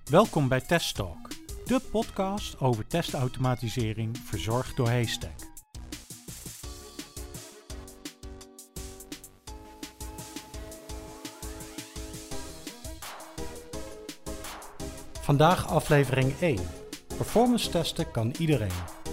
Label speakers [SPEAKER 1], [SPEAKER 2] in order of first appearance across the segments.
[SPEAKER 1] Welkom bij Test Talk, de podcast over testautomatisering verzorgd door Haystack. Vandaag aflevering 1. Performance testen kan iedereen.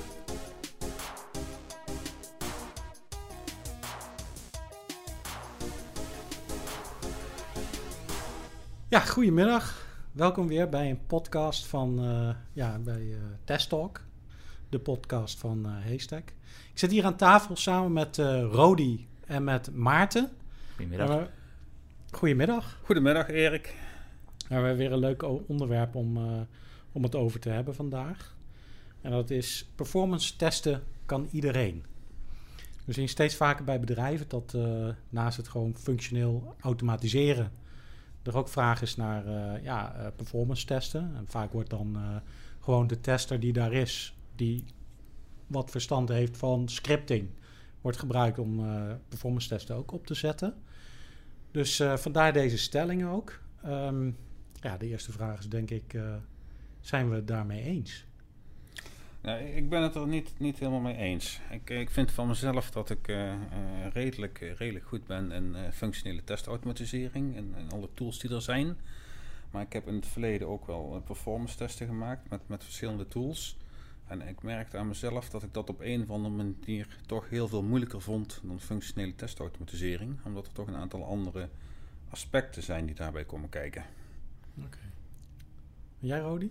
[SPEAKER 1] Ja, goedemiddag. Welkom weer bij een podcast van Test Talk, de podcast van Haystack. Ik zit hier aan tafel samen met Rodi en met Maarten.
[SPEAKER 2] Goedemiddag.
[SPEAKER 1] Goedemiddag.
[SPEAKER 2] Goedemiddag, Erik.
[SPEAKER 1] We hebben weer een leuk onderwerp om het over te hebben vandaag. En dat is performance testen kan iedereen. We zien steeds vaker bij bedrijven dat naast het gewoon functioneel automatiseren er ook vraag is naar performance testen. En vaak wordt dan gewoon de tester die daar is, die wat verstand heeft van scripting, wordt gebruikt om performance testen ook op te zetten. Dus vandaar deze stelling ook. De eerste vraag is denk ik, zijn we het daarmee eens?
[SPEAKER 2] Nou, ik ben het er niet helemaal mee eens. Ik vind van mezelf dat ik redelijk goed ben in functionele testautomatisering en alle tools die er zijn. Maar ik heb in het verleden ook wel performance testen gemaakt met verschillende tools. En ik merkte aan mezelf dat ik dat op een of andere manier toch heel veel moeilijker vond dan functionele testautomatisering. Omdat er toch een aantal andere aspecten zijn die daarbij komen kijken.
[SPEAKER 1] Oké. En jij, Rodi?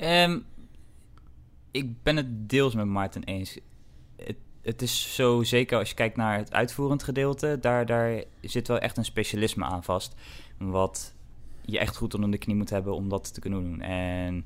[SPEAKER 3] Ik ben het deels met Maarten eens. Het is zo, zeker als je kijkt naar het uitvoerend gedeelte, daar zit wel echt een specialisme aan vast. Wat je echt goed onder de knie moet hebben om dat te kunnen doen. En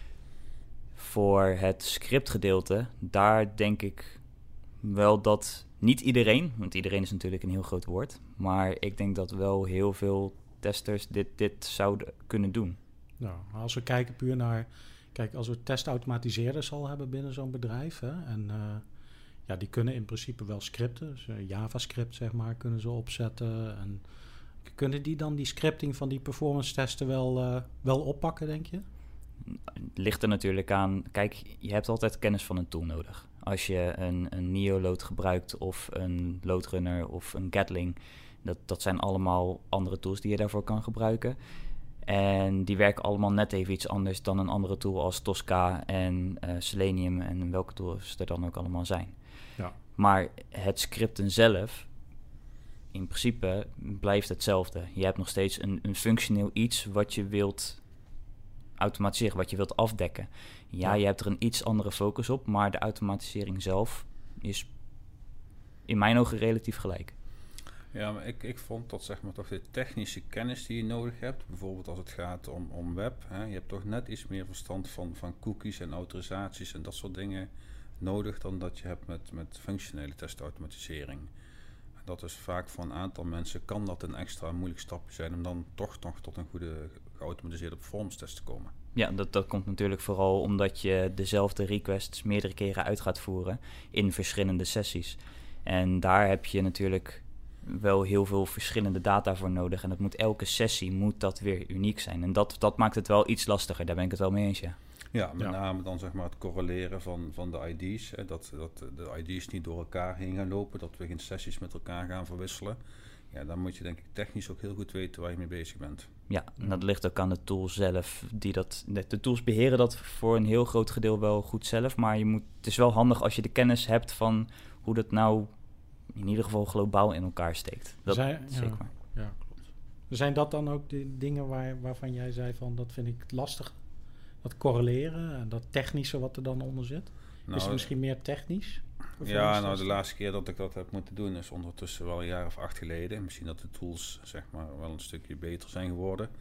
[SPEAKER 3] voor het scriptgedeelte, daar denk ik wel dat niet iedereen, want iedereen is natuurlijk een heel groot woord, maar ik denk dat wel heel veel testers dit zouden kunnen doen.
[SPEAKER 1] Nou, als we kijken puur naar, als we testautomatiseerders al hebben binnen zo'n bedrijf, hè, en die kunnen in principe wel scripten, dus JavaScript zeg maar, kunnen ze opzetten. En kunnen die dan die scripting van die performance testen wel oppakken, denk je?
[SPEAKER 3] Het ligt er natuurlijk aan. Kijk, je hebt altijd kennis van een tool nodig. Als je een Neoload gebruikt of een Loadrunner of een Gatling, dat zijn allemaal andere tools die je daarvoor kan gebruiken. En die werken allemaal net even iets anders dan een andere tool als Tosca en Selenium en welke tools er dan ook allemaal zijn.
[SPEAKER 1] Ja.
[SPEAKER 3] Maar het scripten zelf, in principe, blijft hetzelfde. Je hebt nog steeds een functioneel iets wat je wilt automatiseren, wat je wilt afdekken. Ja, je hebt er een iets andere focus op, maar de automatisering zelf is in mijn ogen relatief gelijk.
[SPEAKER 2] Ja, maar ik vond dat zeg maar toch de technische kennis die je nodig hebt, bijvoorbeeld als het gaat om web, hè, je hebt toch net iets meer verstand van cookies en autorisaties en dat soort dingen nodig dan dat je hebt met functionele testautomatisering. En dat is vaak voor een aantal mensen kan dat een extra moeilijk stapje zijn om dan toch nog tot een goede geautomatiseerde performance test te komen.
[SPEAKER 3] Ja, dat komt natuurlijk vooral omdat je dezelfde requests meerdere keren uit gaat voeren in verschillende sessies. En daar heb je natuurlijk wel heel veel verschillende data voor nodig. En elke sessie moet dat weer uniek zijn. En dat maakt het wel iets lastiger. Daar ben ik het wel mee eens, ja.
[SPEAKER 2] Ja, met name dan zeg maar het correleren van de ID's. Hè, dat de ID's niet door elkaar heen gaan lopen. Dat we geen sessies met elkaar gaan verwisselen. Ja, dan moet je denk ik technisch ook heel goed weten waar je mee bezig bent.
[SPEAKER 3] Ja, en dat ligt ook aan de tool zelf. De tools beheren dat voor een heel groot gedeelte wel goed zelf. Maar het is wel handig als je de kennis hebt van hoe dat nou in ieder geval globaal in elkaar steekt. Zeker.
[SPEAKER 1] Ja, klopt. Zijn dat dan ook de dingen waarvan jij zei van dat vind ik lastig? Dat correleren en dat technische wat er dan onder zit?
[SPEAKER 2] Nou,
[SPEAKER 1] is het misschien meer technisch?
[SPEAKER 2] Ja, de laatste keer dat ik dat heb moeten doen is ondertussen wel een jaar of 8 geleden. Misschien dat de tools zeg maar wel een stukje beter zijn geworden.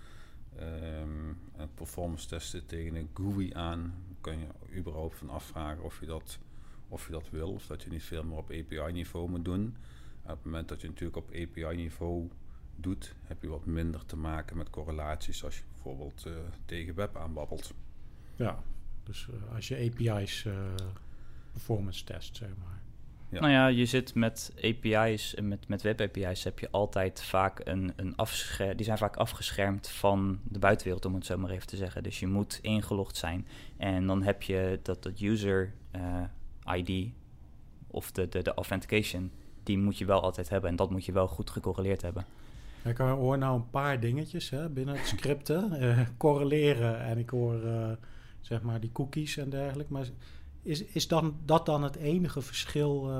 [SPEAKER 2] Performance testen tegen een GUI aan kun je überhaupt van afvragen of je dat wil. Of dat je niet veel meer op API-niveau moet doen. Op het moment dat je natuurlijk op API-niveau doet, heb je wat minder te maken met correlaties als je bijvoorbeeld tegen web aanbabbelt.
[SPEAKER 1] Ja, dus als je API's performance test, zeg maar.
[SPEAKER 2] Ja.
[SPEAKER 3] Nou ja, je zit met API's en met web API's heb je altijd vaak die zijn vaak afgeschermd van de buitenwereld, om het zo maar even te zeggen. Dus je moet ingelogd zijn. En dan heb je dat user ID of de authentication, die moet je wel altijd hebben. En dat moet je wel goed gecorreleerd hebben.
[SPEAKER 1] Ik hoor nou een paar dingetjes binnen het scripten. Correleren en ik hoor zeg maar die cookies en dergelijke. Maar is dat dan het enige verschil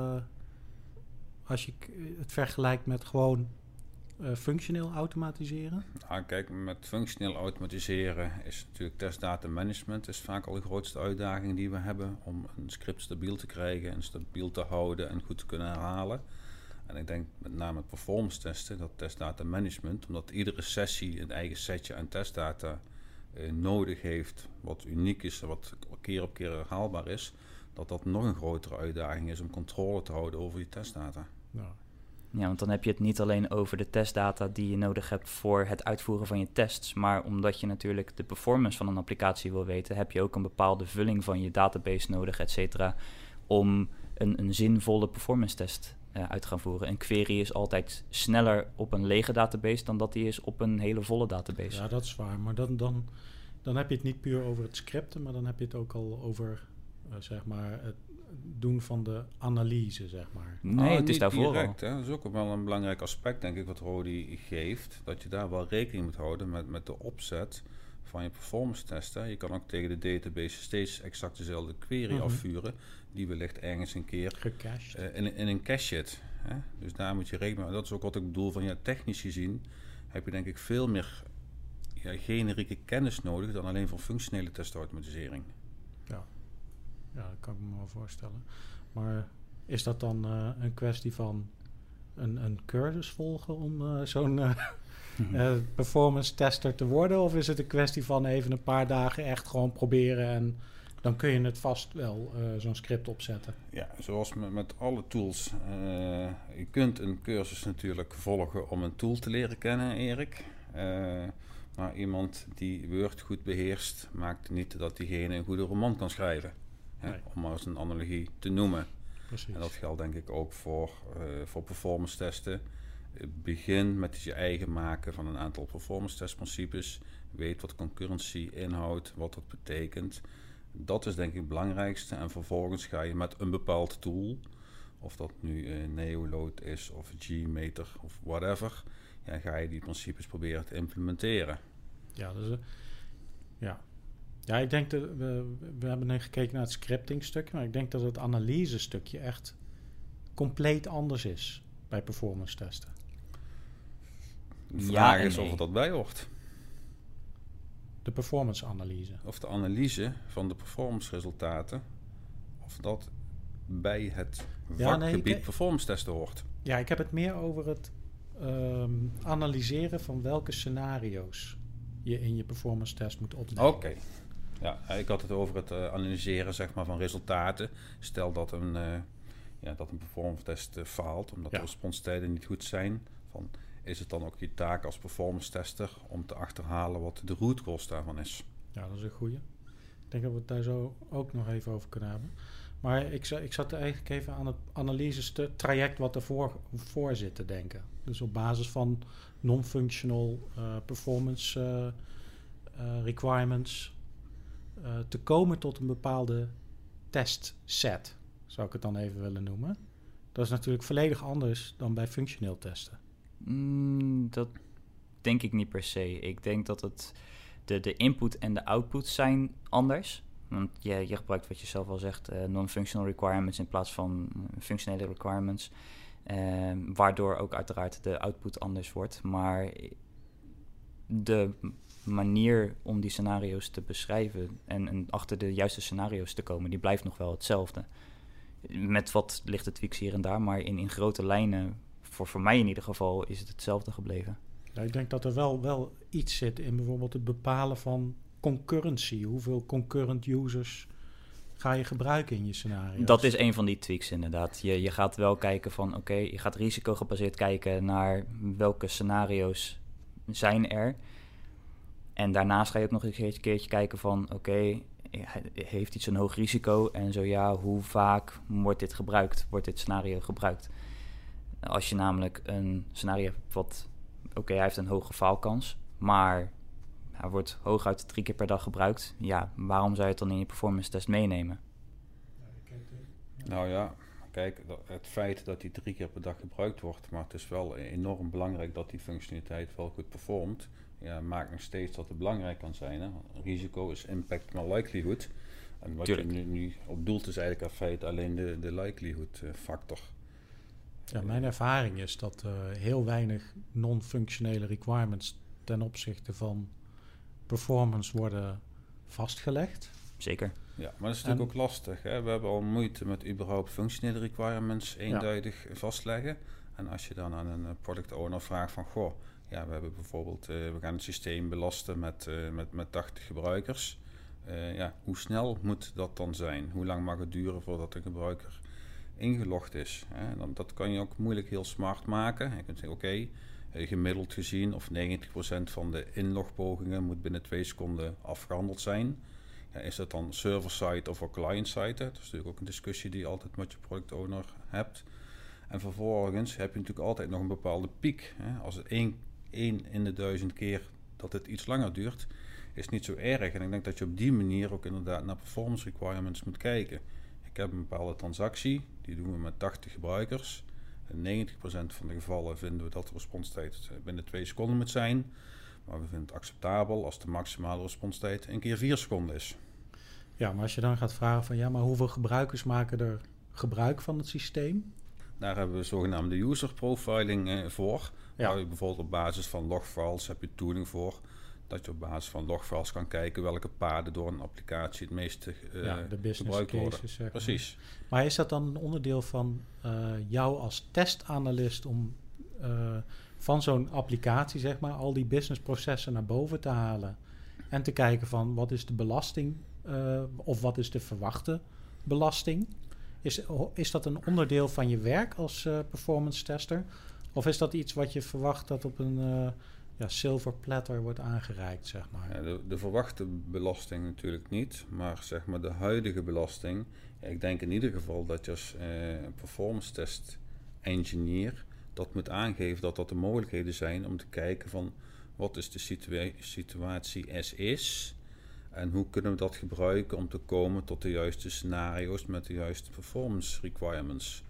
[SPEAKER 1] als je het vergelijkt met gewoon functioneel automatiseren?
[SPEAKER 2] Nou, kijk, met functioneel automatiseren is natuurlijk testdata management is vaak al de grootste uitdaging die we hebben om een script stabiel te krijgen en stabiel te houden en goed te kunnen herhalen. En ik denk met name het performance testen, dat testdata management, omdat iedere sessie een eigen setje aan testdata nodig heeft, wat uniek is en wat keer op keer herhaalbaar is, dat nog een grotere uitdaging is om controle te houden over die testdata.
[SPEAKER 3] Ja, want dan heb je het niet alleen over de testdata die je nodig hebt voor het uitvoeren van je tests, maar omdat je natuurlijk de performance van een applicatie wil weten, heb je ook een bepaalde vulling van je database nodig, et cetera, om een zinvolle performance test uit te gaan voeren. Een query is altijd sneller op een lege database dan dat die is op een hele volle database.
[SPEAKER 1] Ja, dat is waar. Maar dan heb je het niet puur over het scripten, maar dan heb je het ook al over zeg maar het doen van de analyse, zeg maar.
[SPEAKER 3] Nee, het is
[SPEAKER 2] niet
[SPEAKER 3] daarvoor
[SPEAKER 2] direct,
[SPEAKER 3] al.
[SPEAKER 2] hè. Dat is ook wel een belangrijk aspect, denk ik, wat Rodi geeft. Dat je daar wel rekening moet houden met de opzet van je performance testen. Je kan ook tegen de database steeds exact dezelfde query afvuren, die wellicht ergens een keer
[SPEAKER 1] gecached
[SPEAKER 2] in een cache zit. Hè. Dus daar moet je rekening mee. Dat is ook wat ik bedoel van, ja, technisch gezien heb je denk ik veel meer generieke kennis nodig dan alleen voor functionele testautomatisering.
[SPEAKER 1] Ja, dat kan ik me wel voorstellen. Maar is dat dan een kwestie van een cursus volgen om zo'n performance tester te worden? Of is het een kwestie van even een paar dagen echt gewoon proberen en dan kun je het vast wel zo'n script opzetten?
[SPEAKER 2] Ja, zoals met alle tools. Je kunt een cursus natuurlijk volgen om een tool te leren kennen, Erik. Maar iemand die Word goed beheerst, maakt niet dat diegene een goede roman kan schrijven.
[SPEAKER 1] Nee.
[SPEAKER 2] Om maar eens een analogie te noemen.
[SPEAKER 1] Precies.
[SPEAKER 2] En dat geldt denk ik ook voor performance testen. Begin met je eigen maken van een aantal performance testprincipes. Weet wat concurrency inhoudt, wat dat betekent. Dat is denk ik het belangrijkste. En vervolgens ga je met een bepaald tool, of dat nu Neoload is of Gmeter of whatever, ga je die principes proberen te implementeren.
[SPEAKER 1] Ja, dus, ja, ik denk dat we hebben nu gekeken naar het scripting stukje, maar ik denk dat het analyse stukje echt compleet anders is bij performance testen.
[SPEAKER 2] De vraag is
[SPEAKER 3] nee.
[SPEAKER 2] of dat bij hoort.
[SPEAKER 1] De performance analyse.
[SPEAKER 2] Of de analyse van de performance resultaten, of dat bij het vakgebied performance testen hoort.
[SPEAKER 1] Ja, ik heb het meer over het analyseren van welke scenario's je in je performance test moet opnemen.
[SPEAKER 2] Oké. Ja, ik had het over het analyseren zeg maar, van resultaten. Stel dat een performance test faalt, omdat de responstijden niet goed zijn. Is het dan ook je taak als performance tester om te achterhalen wat de root cause daarvan is?
[SPEAKER 1] Ja, dat is een goeie. Ik denk dat we het daar zo ook nog even over kunnen hebben. Maar ik zat eigenlijk even aan het analyse-traject wat ervoor voor zit te denken. Dus op basis van non-functional performance requirements te komen tot een bepaalde testset, zou ik het dan even willen noemen. Dat is natuurlijk volledig anders dan bij functioneel testen.
[SPEAKER 3] Dat denk ik niet per se. Ik denk dat het de input en de output zijn anders. Want je gebruikt wat je zelf al zegt, non-functional requirements in plaats van functionele requirements. Waardoor ook uiteraard de output anders wordt. Maar de manier om die scenario's te beschrijven en achter de juiste scenario's te komen, die blijft nog wel hetzelfde. Met wat lichte tweaks hier en daar, maar in grote lijnen, voor mij in ieder geval, is het hetzelfde gebleven.
[SPEAKER 1] Ja, ik denk dat er wel iets zit in bijvoorbeeld het bepalen van concurrency. Hoeveel concurrent users ga je gebruiken in je scenario's?
[SPEAKER 3] Dat is een van die tweaks inderdaad. Je gaat wel kijken van je gaat risicogebaseerd kijken naar welke scenario's zijn er. En daarnaast ga je ook nog een keertje kijken van heeft iets een hoog risico? En zo ja, hoe vaak wordt dit gebruikt? Wordt dit scenario gebruikt? Als je namelijk een scenario hebt wat... Oké, hij heeft een hoge faalkans, maar hij wordt hooguit 3 keer per dag gebruikt. Ja, waarom zou je het dan in je performance test meenemen?
[SPEAKER 2] Nou ja, kijk, het feit dat die 3 keer per dag gebruikt wordt, maar het is wel enorm belangrijk dat die functionaliteit wel goed performt. Ja, maakt nog steeds dat het belangrijk kan zijn. Hè? Risico is impact, maar likelihood. En wat
[SPEAKER 3] Tuurlijk.
[SPEAKER 2] je nu op doelt is eigenlijk in feite alleen de likelihood factor.
[SPEAKER 1] Ja, mijn ervaring is dat heel weinig non-functionele requirements ten opzichte van performance worden vastgelegd.
[SPEAKER 3] Zeker.
[SPEAKER 2] Ja, maar dat is natuurlijk ook lastig. Hè? We hebben al moeite met überhaupt functionele requirements eenduidig vastleggen. En als je dan aan een product owner vraagt van... Goh, ja, we hebben bijvoorbeeld... we gaan het systeem belasten met 80 gebruikers. Hoe snel moet dat dan zijn? Hoe lang mag het duren voordat de gebruiker ingelogd is? Hè? Dat kan je ook moeilijk heel smart maken. Je kunt zeggen, gemiddeld gezien... of 90% van de inlogpogingen moet binnen 2 seconden afgehandeld zijn... Ja, is dat dan server-side of client-side? Dat is natuurlijk ook een discussie die je altijd met je product owner hebt. En vervolgens heb je natuurlijk altijd nog een bepaalde piek. Hè? Als het 1 in de 1000 keer dat het iets langer duurt, is het niet zo erg. En ik denk dat je op die manier ook inderdaad naar performance requirements moet kijken. Ik heb een bepaalde transactie, die doen we met 80 gebruikers. In 90% van de gevallen vinden we dat de responstijd binnen 2 seconden moet zijn. Maar we vinden het acceptabel als de maximale responstijd een keer 4 seconden is.
[SPEAKER 1] Ja, maar als je dan gaat vragen van... ja, maar hoeveel gebruikers maken er gebruik van het systeem?
[SPEAKER 2] Daar hebben we zogenaamde user profiling voor.
[SPEAKER 1] Ja.
[SPEAKER 2] Waar je bijvoorbeeld op basis van logfiles heb je tooling voor. Dat je op basis van logfiles kan kijken welke paden door een applicatie het meeste
[SPEAKER 1] de business
[SPEAKER 2] gebruikt worden.
[SPEAKER 1] cases, zeg maar.
[SPEAKER 2] Precies.
[SPEAKER 1] Maar is dat dan een onderdeel van jou als testanalist... om van zo'n applicatie, zeg maar... al die businessprocessen naar boven te halen... en te kijken van wat is de belasting... of wat is de verwachte belasting? Is dat een onderdeel van je werk als performance tester? Of is dat iets wat je verwacht dat op een silver platter wordt aangereikt, zeg maar?
[SPEAKER 2] Ja, de verwachte belasting natuurlijk niet, maar zeg maar de huidige belasting. Ik denk in ieder geval dat je als performance test engineer dat moet aangeven dat de mogelijkheden zijn om te kijken van wat is de situatie as is. En hoe kunnen we dat gebruiken om te komen tot de juiste scenario's met de juiste performance requirements?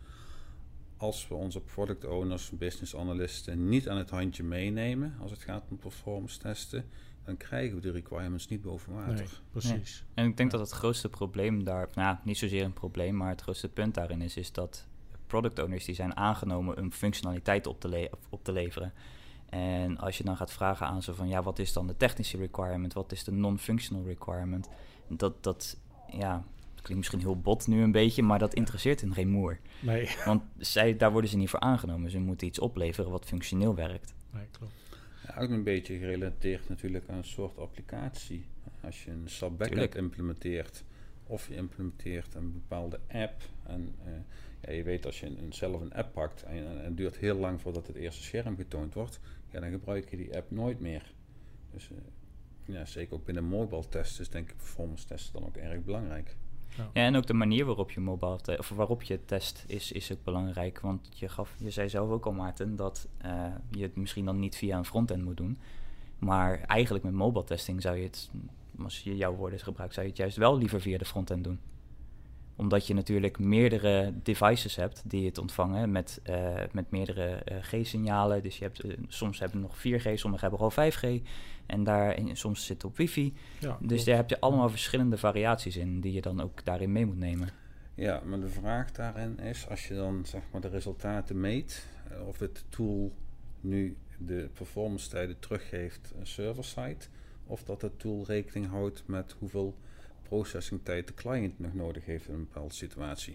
[SPEAKER 2] Als we onze product owners, business analisten niet aan het handje meenemen als het gaat om performance testen, dan krijgen we de requirements niet boven water.
[SPEAKER 1] Nee, precies.
[SPEAKER 3] Nee. En ik denk dat het grootste probleem daar, niet zozeer een probleem, maar het grootste punt daarin is dat product owners die zijn aangenomen een functionaliteit op te leveren. En als je dan gaat vragen aan ze van ja, wat is dan de technische requirement, wat is de non-functional requirement, dat klinkt misschien heel bot nu een beetje, maar dat interesseert hen geen moer.
[SPEAKER 1] Nee.
[SPEAKER 3] Want daar worden ze niet voor aangenomen. Ze moeten iets opleveren wat functioneel werkt.
[SPEAKER 1] Nee, klopt.
[SPEAKER 2] Ja, ook een beetje gerelateerd natuurlijk aan een soort applicatie. Als je een SAP backend implementeert of je implementeert een bepaalde app en je weet als je zelf een app pakt en het duurt heel lang voordat het eerste scherm getoond wordt, dan gebruik je die app nooit meer. Dus zeker ook binnen mobile tests is denk ik performance testen dan ook erg belangrijk.
[SPEAKER 3] Ja, en ook de manier waarop je waarop je test is ook belangrijk. Want je zei zelf ook al, Maarten, dat je het misschien dan niet via een frontend moet doen. Maar eigenlijk met mobile testing zou je het, als je jouw woorden gebruikt, zou je het juist wel liever via de frontend doen. Omdat je natuurlijk meerdere devices hebt die het ontvangen met meerdere G-signalen. Dus je hebt, soms hebben we nog 4G, sommigen hebben al 5G. En soms zit het op wifi. Ja, dus daar heb je allemaal verschillende variaties in die je dan ook daarin mee moet nemen.
[SPEAKER 2] Ja, maar de vraag daarin is, als je dan zeg maar de resultaten meet, of het tool nu de performance tijden teruggeeft server-side, of dat het tool rekening houdt met hoeveel processing tijd de client nog nodig heeft in een bepaalde situatie.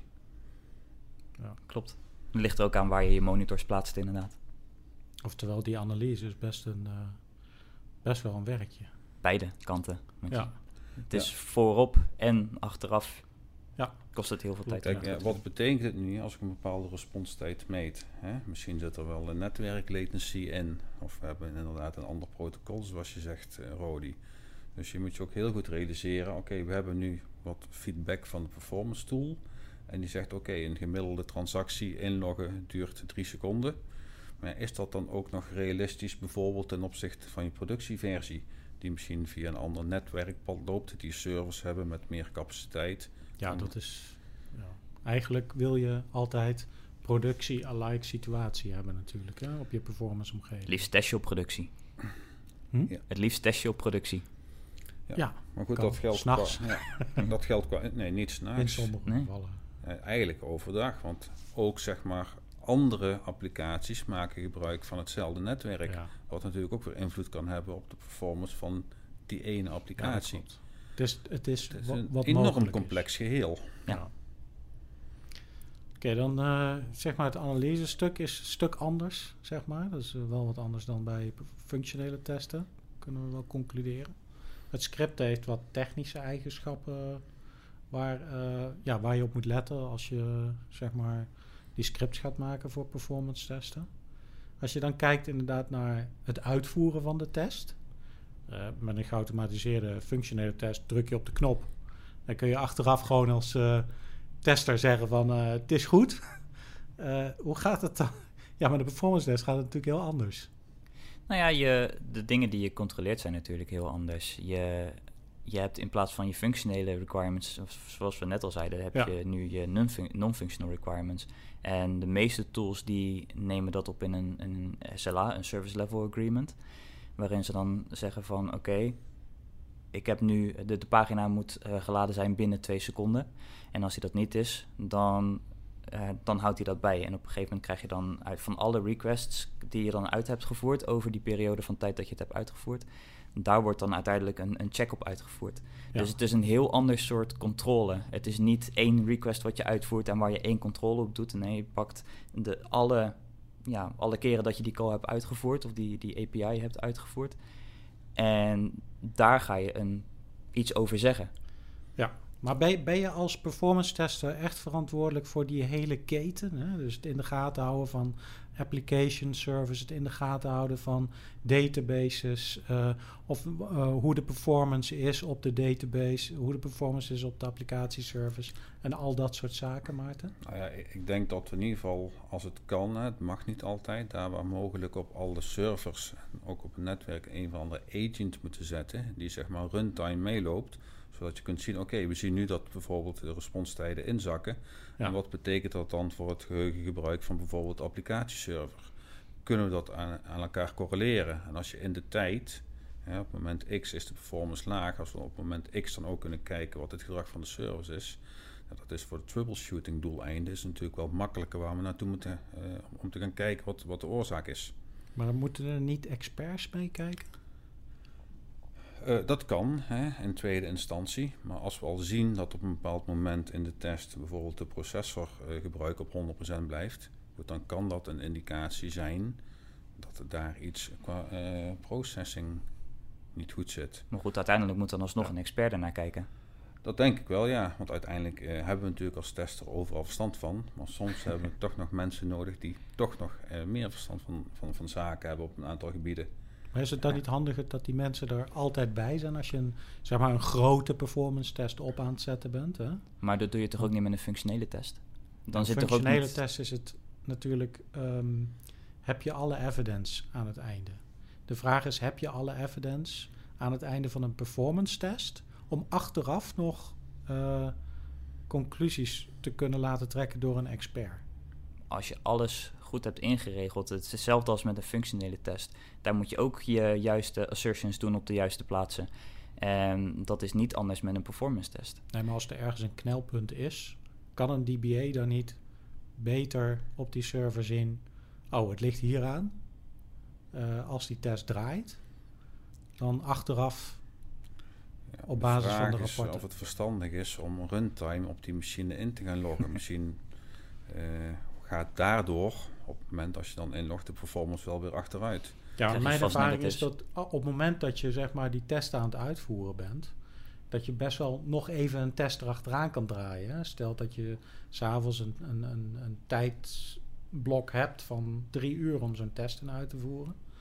[SPEAKER 3] Ja, klopt. Het ligt er ook aan waar je monitors plaatst inderdaad.
[SPEAKER 1] Oftewel, die analyse is best wel een werkje.
[SPEAKER 3] Beide kanten.
[SPEAKER 1] Ja.
[SPEAKER 3] Het is voorop en achteraf kost het heel veel tijd.
[SPEAKER 2] Kijk, wat betekent het nu als ik een bepaalde responstijd meet? Misschien zit er wel een netwerk latency in. Of we hebben inderdaad een ander protocol, zoals je zegt, Rodi. Dus je moet je ook heel goed realiseren, oké, we hebben nu wat feedback van de performance tool. En die zegt, oké, een gemiddelde transactie inloggen duurt 3 seconden. Maar is dat dan ook nog realistisch, bijvoorbeeld ten opzichte van je productieversie, die misschien via een ander netwerkpad loopt, die servers hebben met meer capaciteit?
[SPEAKER 1] Ja, dat is... Ja. Eigenlijk wil je altijd productie-alike situatie hebben natuurlijk, hè, op je performance omgeving.
[SPEAKER 3] Het liefst test je op productie.
[SPEAKER 2] Ja.
[SPEAKER 3] Het liefst test je op productie.
[SPEAKER 1] Ja,
[SPEAKER 2] maar goed,
[SPEAKER 1] kan.
[SPEAKER 2] dat geldt
[SPEAKER 1] 's nachts.
[SPEAKER 2] dat geldt niet
[SPEAKER 1] In
[SPEAKER 2] s'nachts.
[SPEAKER 1] sommige gevallen.
[SPEAKER 2] Eigenlijk overdag, want ook zeg maar andere applicaties maken gebruik van hetzelfde netwerk.
[SPEAKER 1] Ja.
[SPEAKER 2] Wat natuurlijk ook weer invloed kan hebben op de performance van die ene applicatie.
[SPEAKER 1] Ja, het is
[SPEAKER 2] een
[SPEAKER 1] wat
[SPEAKER 2] enorm
[SPEAKER 1] mogelijk
[SPEAKER 2] complex
[SPEAKER 1] is.
[SPEAKER 2] geheel.
[SPEAKER 3] Ja.
[SPEAKER 1] Oké, dan zeg maar het analysestuk is een stuk anders, zeg maar. Dat is wel wat anders dan bij functionele testen, kunnen we wel concluderen. Het script heeft wat technische eigenschappen waar je op moet letten als je zeg maar die scripts gaat maken voor performance testen. Als je dan kijkt inderdaad naar het uitvoeren van de test, met een geautomatiseerde functionele test druk je op de knop. Dan kun je achteraf gewoon als tester zeggen van het is goed. Hoe gaat het dan? Ja, maar de performance test gaat het natuurlijk heel anders.
[SPEAKER 3] Nou ja, de dingen die je controleert zijn natuurlijk heel anders. Je hebt in plaats van je functionele requirements, zoals we net al zeiden, heb je nu je non-functional requirements. En de meeste tools die nemen dat op in een SLA, een Service Level Agreement, waarin ze dan zeggen van oké, ik heb nu, de pagina moet geladen zijn binnen 2 seconden. En als die dat niet is, dan houdt hij dat bij. En op een gegeven moment krijg je dan uit van alle requests die je dan uit hebt gevoerd over die periode van tijd dat je het hebt uitgevoerd, daar wordt dan uiteindelijk een check op uitgevoerd. Ja. Dus het is een heel ander soort controle. Het is niet 1 request wat je uitvoert en waar je 1 controle op doet. Nee, je pakt alle keren dat je die call hebt uitgevoerd of die API hebt uitgevoerd. En daar ga je iets over zeggen.
[SPEAKER 1] Ja, maar ben je als performance tester echt verantwoordelijk voor die hele keten? Hè? Dus het in de gaten houden van application service, het in de gaten houden van databases, hoe de performance is op de database, hoe de performance is op de applicatieservice en al dat soort zaken, Maarten?
[SPEAKER 2] Nou ja, ik denk dat we in ieder geval, als het kan, het mag niet altijd, daar waar mogelijk op alle servers, ook op het netwerk, een van de agent moeten zetten, die zeg maar runtime meeloopt, zodat je kunt zien, oké, we zien nu dat bijvoorbeeld de responstijden inzakken. Ja. En wat betekent dat dan voor het geheugengebruik van bijvoorbeeld de applicatieserver? Kunnen we dat aan elkaar correleren? En als je in de tijd, op moment X is de performance laag, als we op moment X dan ook kunnen kijken wat het gedrag van de service is, dat is voor de troubleshooting doeleinden is natuurlijk wel makkelijker waar we naartoe moeten om te gaan kijken wat de oorzaak is.
[SPEAKER 1] Maar dan moeten er niet experts mee kijken?
[SPEAKER 2] Dat kan in tweede instantie, maar als we al zien dat op een bepaald moment in de test bijvoorbeeld de processorgebruik op 100% blijft, dan kan dat een indicatie zijn dat er daar iets qua processing niet goed zit.
[SPEAKER 3] Maar goed, uiteindelijk moet dan alsnog een expert ernaar kijken.
[SPEAKER 2] Dat denk ik wel, ja. Want uiteindelijk hebben we natuurlijk als tester overal verstand van. Maar soms hebben we toch nog mensen nodig die toch nog meer verstand van zaken hebben op een aantal gebieden.
[SPEAKER 1] Maar is het dan niet handiger dat die mensen er altijd bij zijn als je een grote performance test op aan het zetten bent? Hè?
[SPEAKER 3] Maar dat doe je toch ook niet met een functionele test?
[SPEAKER 1] Dan zit functionele test is het natuurlijk, heb je alle evidence aan het einde? De vraag is, heb je alle evidence aan het einde van een performance test om achteraf nog conclusies te kunnen laten trekken door een expert?
[SPEAKER 3] Als je alles goed hebt ingeregeld, het is hetzelfde als met een functionele test. Daar moet je ook je juiste assertions doen op de juiste plaatsen. En dat is niet anders met een performance test.
[SPEAKER 1] Nee, maar als er ergens een knelpunt is, kan een DBA dan niet beter op die server zien, het ligt hier aan, als die test draait, dan achteraf op basis van de rapporten.
[SPEAKER 2] Of het verstandig is om runtime op die machine in te gaan loggen. Misschien gaat daardoor, op het moment als je dan inlogt, de performance wel weer achteruit.
[SPEAKER 1] Ja, mijn ervaring is dat op het moment dat je zeg maar die test aan het uitvoeren bent, dat je best wel nog even een test erachteraan kan draaien. Hè? Stel dat je 's avonds een tijdblok hebt van 3 uur om zo'n test uit te voeren.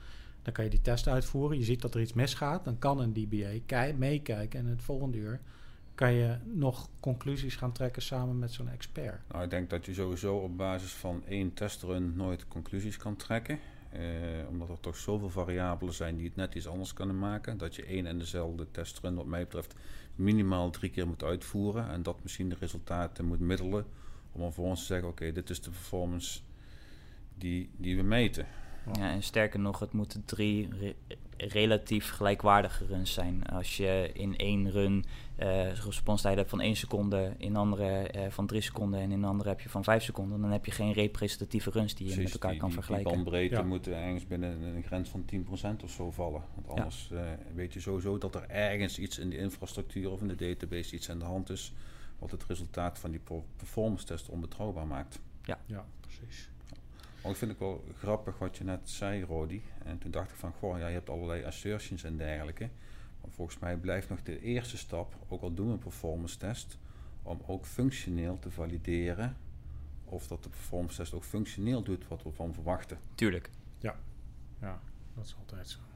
[SPEAKER 1] Dan kan je die test uitvoeren. Je ziet dat er iets misgaat. Dan kan een DBA meekijken. En in het volgende uur kan je nog conclusies gaan trekken samen met zo'n expert.
[SPEAKER 2] Nou, ik denk dat je sowieso op basis van 1 testrun nooit conclusies kan trekken. Omdat er toch zoveel variabelen zijn die het net iets anders kunnen maken. Dat je 1 en dezelfde testrun, wat mij betreft, minimaal 3 keer moet uitvoeren. En dat misschien de resultaten moet middelen. Om vervolgens te zeggen, oké, dit is de performance die we meten.
[SPEAKER 3] Ja, en sterker nog, het moeten 3 relatief gelijkwaardige runs zijn. Als je in 1 run responstijden hebt van 1 seconde, in andere van 3 seconden en in een andere heb je van 5 seconden, dan heb je geen representatieve runs die je met elkaar kan vergelijken.
[SPEAKER 2] Die bandbreedte moet ergens binnen een grens van 10% of zo vallen. Want anders weet je sowieso dat er ergens iets in de infrastructuur of in de database iets aan de hand is, wat het resultaat van die performance test onbetrouwbaar maakt.
[SPEAKER 1] Ja, precies.
[SPEAKER 2] Maar ik vind het wel grappig wat je net zei, Rodi. En toen dacht ik van, je hebt allerlei assertions en dergelijke. Maar volgens mij blijft nog de eerste stap, ook al doen we een performance test, om ook functioneel te valideren of dat de performance test ook functioneel doet wat we van verwachten.
[SPEAKER 3] Tuurlijk.
[SPEAKER 1] Ja, dat is altijd zo.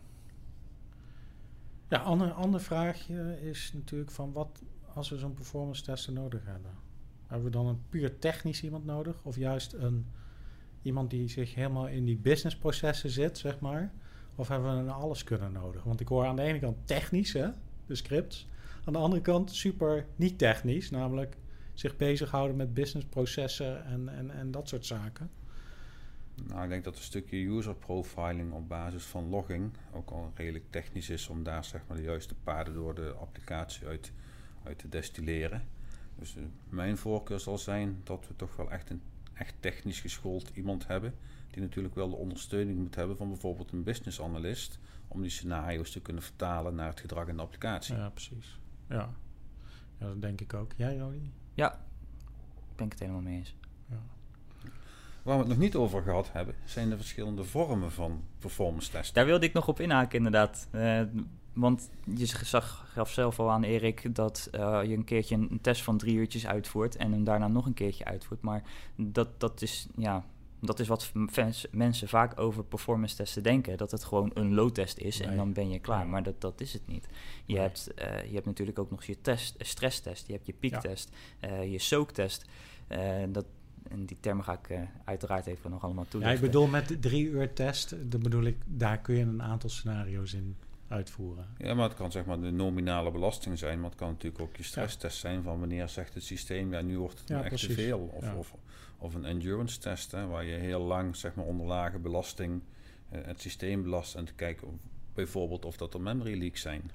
[SPEAKER 1] Ja, ander vraagje is natuurlijk van wat als we zo'n performance tester nodig hebben. Hebben we dan een puur technisch iemand nodig of juist iemand die zich helemaal in die businessprocessen zit, zeg maar? Of hebben we een alleskunner nodig? Want ik hoor aan de ene kant technisch, hè, de scripts. Aan de andere kant super niet technisch, namelijk zich bezighouden met businessprocessen en dat soort zaken.
[SPEAKER 2] Nou, ik denk dat een stukje user profiling op basis van logging ook al redelijk technisch is om daar zeg maar de juiste paden door de applicatie uit te destilleren. Dus mijn voorkeur zal zijn dat we toch wel echt technisch geschoold iemand hebben, die natuurlijk wel de ondersteuning moet hebben van bijvoorbeeld een business analyst, om die scenario's te kunnen vertalen naar het gedrag in de applicatie.
[SPEAKER 1] Ja, precies. Ja, dat denk ik ook. Jij, Rodi?
[SPEAKER 3] Ja, ben ik het helemaal mee eens.
[SPEAKER 1] Ja.
[SPEAKER 2] Waar we het nog niet over gehad hebben, zijn de verschillende vormen van performance testen.
[SPEAKER 3] Daar wilde ik nog op inhaken inderdaad. Want je gaf zelf al aan, Erik, dat je een keertje een test van 3 uurtjes uitvoert en hem daarna nog een keertje uitvoert. Maar dat is wat mensen vaak over performance testen denken. Dat het gewoon een load-test is en dan ben je klaar. Ja. Maar dat is het niet. Je hebt natuurlijk ook nog je stresstest, je hebt je piektest, je soaktest. En die termen ga ik uiteraard even nog allemaal toelichten.
[SPEAKER 1] Ja, ik bedoel met de 3 uur test, dan bedoel ik, daar kun je een aantal scenario's in uitvoeren.
[SPEAKER 2] Ja, maar het kan zeg maar de nominale belasting zijn, maar het kan natuurlijk ook je stresstest zijn van wanneer zegt het systeem, nu wordt het echt te veel. Of een endurance test, waar je heel lang zeg maar onder lage belasting het systeem belast en te kijken bijvoorbeeld of dat er memory leaks zijn.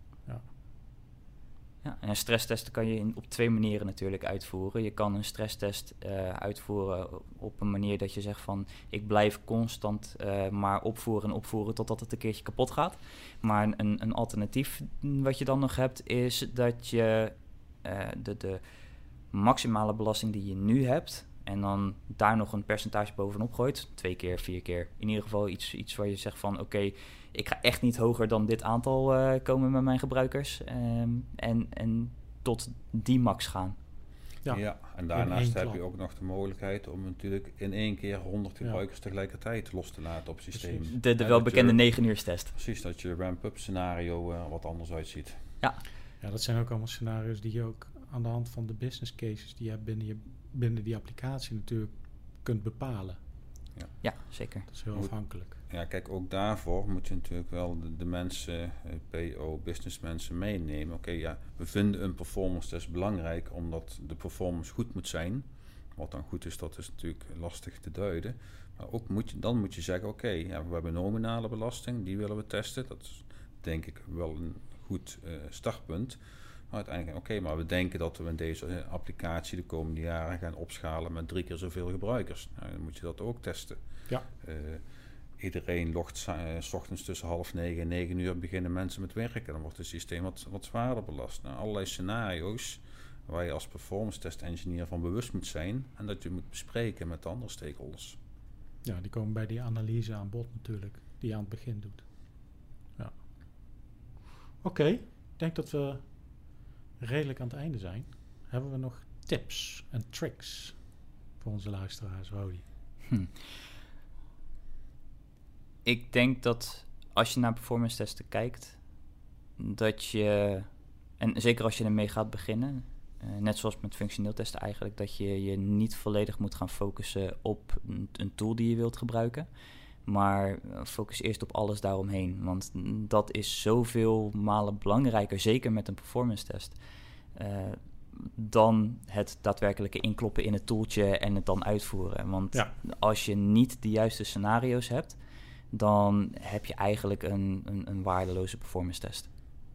[SPEAKER 3] Ja, en een stresstest kan je op 2 manieren natuurlijk uitvoeren. Je kan een stresstest uitvoeren op een manier dat je zegt van ik blijf constant maar opvoeren totdat het een keertje kapot gaat. Maar een alternatief wat je dan nog hebt is dat je de maximale belasting die je nu hebt en dan daar nog een percentage bovenop gooit. 2 keer, 4 keer. In ieder geval iets waar je zegt van oké, ik ga echt niet hoger dan dit aantal komen met mijn gebruikers. En tot die max gaan.
[SPEAKER 2] Ja, en daarnaast heb je ook nog de mogelijkheid om natuurlijk in 1 keer 100 gebruikers tegelijkertijd los te laten op het systeem.
[SPEAKER 3] De welbekende 9 uur test.
[SPEAKER 2] Precies, dat je ramp-up scenario wat anders uitziet.
[SPEAKER 1] Ja, dat zijn ook allemaal scenario's die je ook aan de hand van de business cases die je hebt binnen die applicatie natuurlijk kunt bepalen.
[SPEAKER 3] Ja, zeker.
[SPEAKER 1] Dat is heel afhankelijk.
[SPEAKER 2] Ja, kijk, ook daarvoor moet je natuurlijk wel de mensen, PO, businessmensen meenemen. Oké, we vinden een performance test belangrijk omdat de performance goed moet zijn. Wat dan goed is, dat is natuurlijk lastig te duiden. Maar ook dan moet je zeggen, oké, we hebben nominale belasting, die willen we testen. Dat is denk ik wel een goed startpunt. Maar uiteindelijk, maar we denken dat we in deze applicatie de komende jaren gaan opschalen met 3 keer zoveel gebruikers. Nou, dan moet je dat ook testen.
[SPEAKER 1] Ja.
[SPEAKER 2] Iedereen logt 's ochtends tussen 8:30 en 9 uur beginnen mensen met werken. Dan wordt het systeem wat zwaarder belast. Nou, allerlei scenario's waar je als performance test engineer van bewust moet zijn en dat je moet bespreken met de andere stakeholders.
[SPEAKER 1] Ja, die komen bij die analyse aan bod natuurlijk, die je aan het begin doet. Ja. Oké, ik denk dat we redelijk aan het einde zijn. Hebben we nog tips en tricks voor onze luisteraars, Rodi?
[SPEAKER 3] Ik denk dat als je naar performance testen kijkt, dat je, en zeker als je ermee gaat beginnen, net zoals met functioneel testen eigenlijk, dat je je niet volledig moet gaan focussen op een tool die je wilt gebruiken. Maar focus eerst op alles daaromheen. Want dat is zoveel malen belangrijker, zeker met een performance test, dan het daadwerkelijke inkloppen in het tooltje en het dan uitvoeren. Want als je niet de juiste scenario's hebt, dan heb je eigenlijk een waardeloze performance test.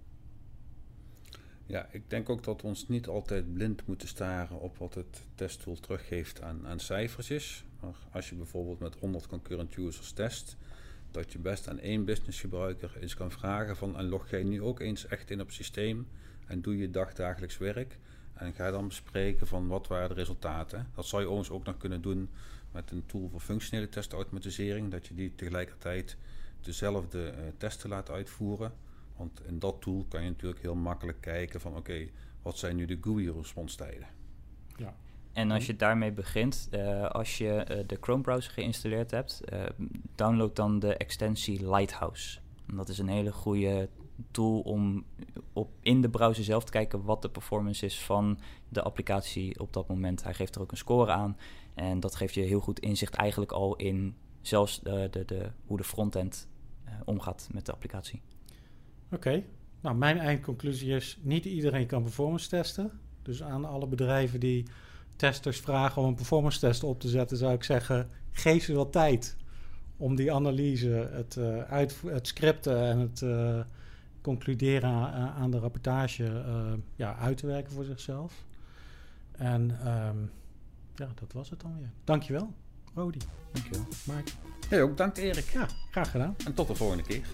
[SPEAKER 2] Ja, ik denk ook dat we ons niet altijd blind moeten staren op wat het testtool teruggeeft aan cijfertjes. Maar als je bijvoorbeeld met 100 concurrent users test, dat je best aan één businessgebruiker eens kan vragen van, en log jij nu ook eens echt in op het systeem en doe je dagdagelijks werk en ga dan bespreken van wat waren de resultaten. Dat zou je overigens ook nog kunnen doen met een tool voor functionele testautomatisering, dat je die tegelijkertijd dezelfde testen laat uitvoeren. Want in dat tool kan je natuurlijk heel makkelijk kijken van oké, wat zijn nu de GUI-responstijden?
[SPEAKER 3] Ja. En als je daarmee begint, als je de Chrome-browser geïnstalleerd hebt, download dan de extensie Lighthouse. En dat is een hele goede tool om in de browser zelf te kijken wat de performance is van de applicatie op dat moment. Hij geeft er ook een score aan en dat geeft je heel goed inzicht eigenlijk al in zelfs hoe de frontend omgaat met de applicatie.
[SPEAKER 1] Oké. Nou, mijn eindconclusie is, niet iedereen kan performance testen. Dus aan alle bedrijven die testers vragen om een performance test op te zetten, zou ik zeggen, geef ze wel tijd om die analyse, het scripten en het concluderen aan de rapportage uit te werken voor zichzelf. En dat was het dan weer. Dankjewel, Rodi.
[SPEAKER 3] Dankjewel,
[SPEAKER 1] Mark.
[SPEAKER 2] Hey, ook dank Erik.
[SPEAKER 1] Ja, graag gedaan.
[SPEAKER 2] En tot de volgende keer.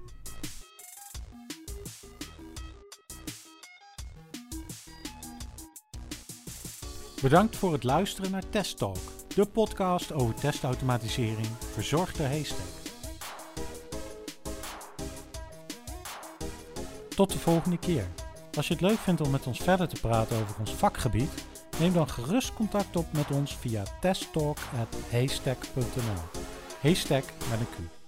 [SPEAKER 1] Bedankt voor het luisteren naar Test Talk, de podcast over testautomatisering, verzorgd door Haystack. Tot de volgende keer. Als je het leuk vindt om met ons verder te praten over ons vakgebied, neem dan gerust contact op met ons via testtalk@haystack.nl. Haystack met een Q.